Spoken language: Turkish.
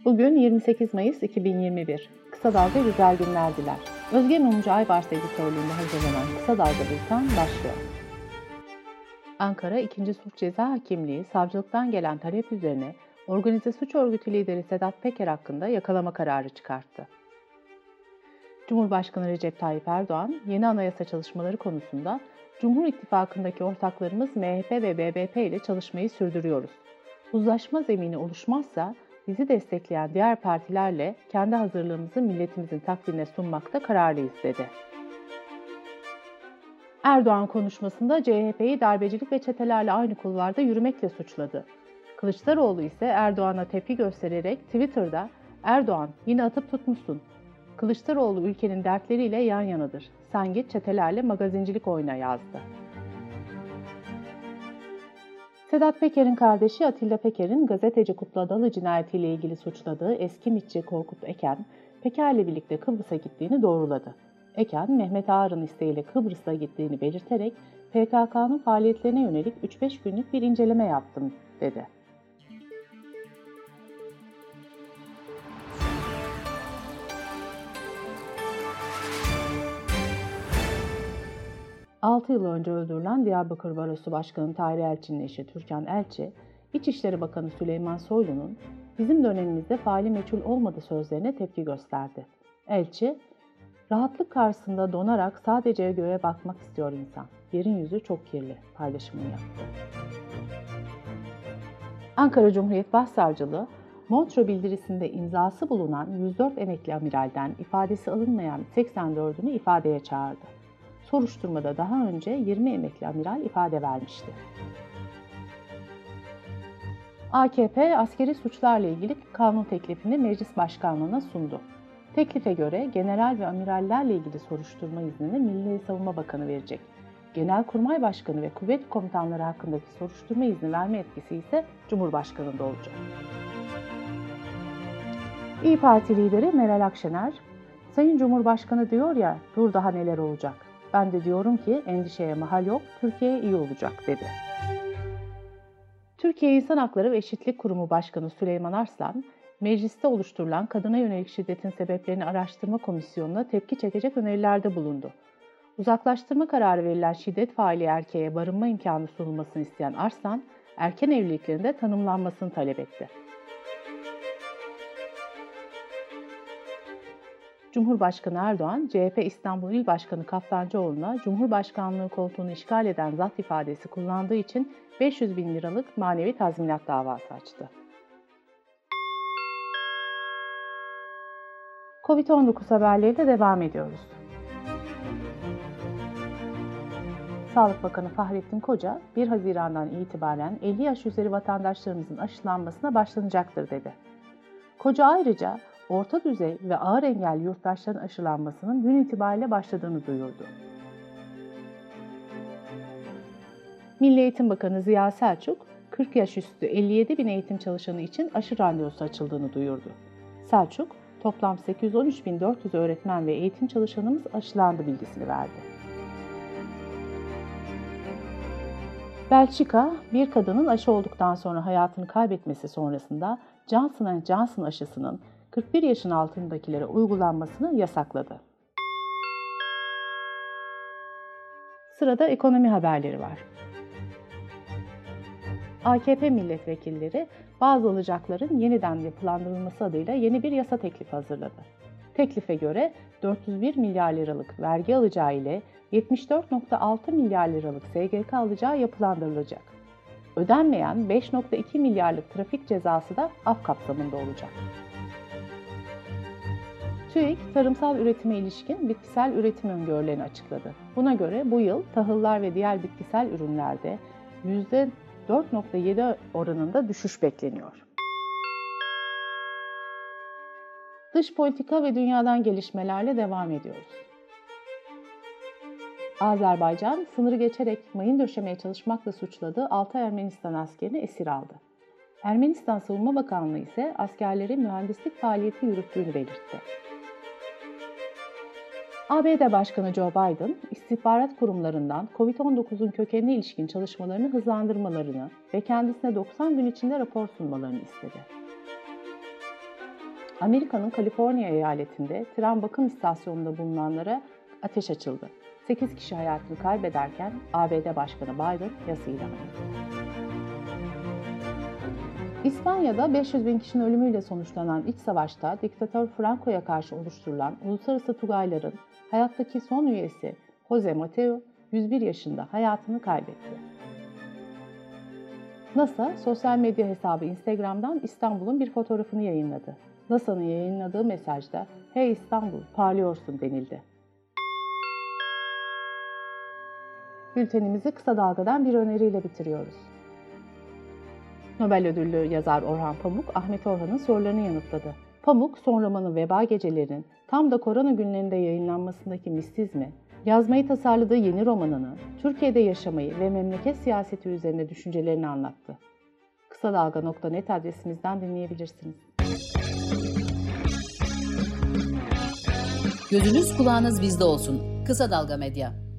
Bugün 28 Mayıs 2021. Kısa Dalga güzel günler diler. Özge Mumcu Aybars editörlüğünde hazırlanan Kısa Dalga Bülten başlıyor. Ankara 2. Suç Ceza Hakimliği, savcılıktan gelen talep üzerine organize suç örgütü lideri Sedat Peker hakkında yakalama kararı çıkarttı. Cumhurbaşkanı Recep Tayyip Erdoğan, yeni anayasa çalışmaları konusunda Cumhur İttifakı'ndaki ortaklarımız MHP ve BBP ile çalışmayı sürdürüyoruz. Uzlaşma zemini oluşmazsa bizi destekleyen diğer partilerle kendi hazırlığımızı milletimizin takdirine sunmakta kararlıyız dedi. Erdoğan konuşmasında CHP'yi darbecilik ve çetelerle aynı kulvarda yürümekle suçladı. Kılıçdaroğlu ise Erdoğan'a tepki göstererek Twitter'da "Erdoğan, yine atıp tutmuşsun. Kılıçdaroğlu ülkenin dertleriyle yan yanadır. Sen git çetelerle magazincilik oyna" yazdı. Sedat Peker'in kardeşi Atilla Peker'in gazeteci Kutlu Adalı cinayetiyle ilgili suçladığı eski MİTçi Korkut Eken, Peker'le birlikte Kıbrıs'a gittiğini doğruladı. Eken, Mehmet Ağar'ın isteğiyle Kıbrıs'a gittiğini belirterek PKK'nın faaliyetlerine yönelik 3-5 günlük bir inceleme yaptım dedi. "6 yıl önce öldürülen Diyarbakır Barosu Başkanı Tahir Elçi'nin eşi Türkan Elçi, İçişleri Bakanı Süleyman Soylu'nun "bizim dönemimizde faili meçhul olmadı" sözlerine tepki gösterdi. Elçi, "Rahatlık karşısında donarak sadece göğe bakmak istiyor insan. Yerin yüzü çok kirli" paylaşımını yaptı. Ankara Cumhuriyet Başsavcılığı, Montreux bildirisinde imzası bulunan 104 emekli amiralden ifadesi alınmayan 84'ünü ifadeye çağırdı. Soruşturmada daha önce 20 emekli amiral ifade vermişti. AKP, askeri suçlarla ilgili kanun teklifini Meclis Başkanlığı'na sundu. Teklife göre general ve amirallerle ilgili soruşturma iznini Milli Savunma Bakanı verecek. Genelkurmay Başkanı ve kuvvet komutanları hakkındaki soruşturma izni verme etkisi ise Cumhurbaşkanı'nda olacak. İYİ Parti lideri Meral Akşener, "Sayın Cumhurbaşkanı diyor ya, dur daha neler olacak. Ben de diyorum ki endişeye mahal yok, Türkiye iyi olacak" dedi. Türkiye İnsan Hakları ve Eşitlik Kurumu Başkanı Süleyman Arslan, mecliste oluşturulan kadına yönelik şiddetin sebeplerini araştırma komisyonuna tepki çekecek önerilerde bulundu. Uzaklaştırma kararı verilen şiddet faili erkeğe barınma imkanı sunulmasını isteyen Arslan, erken evliliklerin de tanımlanmasını talep etti. Cumhurbaşkanı Erdoğan, CHP İstanbul İl Başkanı Kaftancıoğlu'na Cumhurbaşkanlığı koltuğunu işgal eden zapt ifadesi kullandığı için 500 bin liralık manevi tazminat davası açtı. Covid-19 haberleriyle devam ediyoruz. Sağlık Bakanı Fahrettin Koca, 1 Haziran'dan itibaren 50 yaş üzeri vatandaşlarımızın aşılanmasına başlanacaktır dedi. Koca ayrıca orta düzey ve ağır engelli yurttaşların aşılanmasının dün itibariyle başladığını duyurdu. Milli Eğitim Bakanı Ziya Selçuk, 40 yaş üstü 57 bin eğitim çalışanı için aşı randevusu açıldığını duyurdu. Selçuk, toplam 813.400 öğretmen ve eğitim çalışanımız aşılandı bilgisini verdi. Belçika, bir kadının aşı olduktan sonra hayatını kaybetmesi sonrasında Johnson & Johnson aşısının 41 yaşın altındakilere uygulanmasını yasakladı. Sırada ekonomi haberleri var. AKP milletvekilleri bazı alacakların yeniden yapılandırılması adıyla yeni bir yasa teklifi hazırladı. Teklife göre 401 milyar liralık vergi alacağı ile 74,6 milyar liralık SGK alacağı yapılandırılacak. Ödenmeyen 5,2 milyarlık trafik cezası da af kapsamında olacak. TÜİK, tarımsal üretime ilişkin bitkisel üretim öngörülerini açıkladı. Buna göre bu yıl tahıllar ve diğer bitkisel ürünlerde %4,7 oranında düşüş bekleniyor. Dış politika ve dünyadan gelişmelerle devam ediyoruz. Azerbaycan, sınırı geçerek mayın döşemeye çalışmakla suçladığı 6 Ermenistan askerini esir aldı. Ermenistan Savunma Bakanlığı ise askerlerin mühendislik faaliyeti yürüttüğünü belirtti. ABD Başkanı Joe Biden, istihbarat kurumlarından COVID-19'un kökenine ilişkin çalışmalarını hızlandırmalarını ve kendisine 90 gün içinde rapor sunmalarını istedi. Amerika'nın Kaliforniya eyaletinde tren bakım istasyonunda bulunanlara ateş açıldı. 8 kişi hayatını kaybederken ABD Başkanı Biden yasa ilan etti. İspanya'da 500 bin kişinin ölümüyle sonuçlanan iç savaşta diktatör Franco'ya karşı oluşturulan Uluslararası Tugayların hayattaki son üyesi Jose Mateo 101 yaşında hayatını kaybetti. NASA, sosyal medya hesabı Instagram'dan İstanbul'un bir fotoğrafını yayınladı. NASA'nın yayınladığı mesajda "Hey İstanbul, parlıyorsun" denildi. Bültenimizi kısa dalgadan bir öneriyle bitiriyoruz. Nobel ödüllü yazar Orhan Pamuk, Ahmet Orhan'ın sorularını yanıtladı. Pamuk, son romanı Veba Gecelerinin tam da korona günlerinde yayınlanmasındaki mistizmi, yazmayı tasarladığı yeni romanını, Türkiye'de yaşamayı ve memleket siyaseti üzerine düşüncelerini anlattı. Kısadalga.net adresimizden dinleyebilirsiniz. Gözünüz kulağınız bizde olsun. Kısa Dalga Medya.